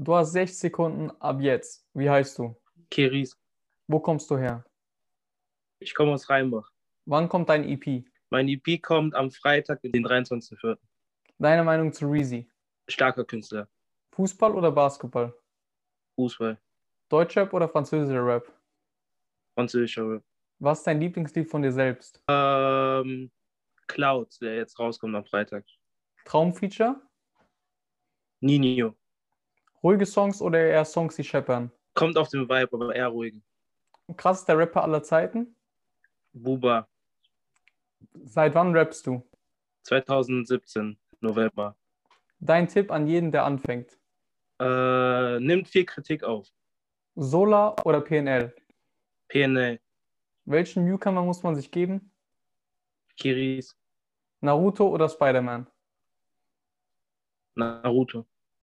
Du hast 60 Sekunden ab jetzt. Wie heißt du? Keris. Wo kommst du her? Ich komme aus Rheinbach. Wann kommt dein EP? Mein EP kommt am Freitag, den 23.04. Deine Meinung zu Reezy? Starker Künstler. Fußball oder Basketball? Fußball. Deutschrap oder französischer Rap? Französischer Rap. Was ist dein Lieblingslied von dir selbst? Cloud, der jetzt rauskommt am Freitag. Traumfeature? Ninho. Ruhige Songs oder eher Songs, die scheppern? Kommt auf den Vibe, aber eher ruhig. Krassester Rapper aller Zeiten? Buba. Seit wann rappst du? 2017, November. Dein Tipp an jeden, der anfängt. Nimmt viel Kritik auf. Solar oder PNL? PNL. Welchen Newcomer muss man sich geben? Kiris. Naruto oder Spider-Man? Naruto.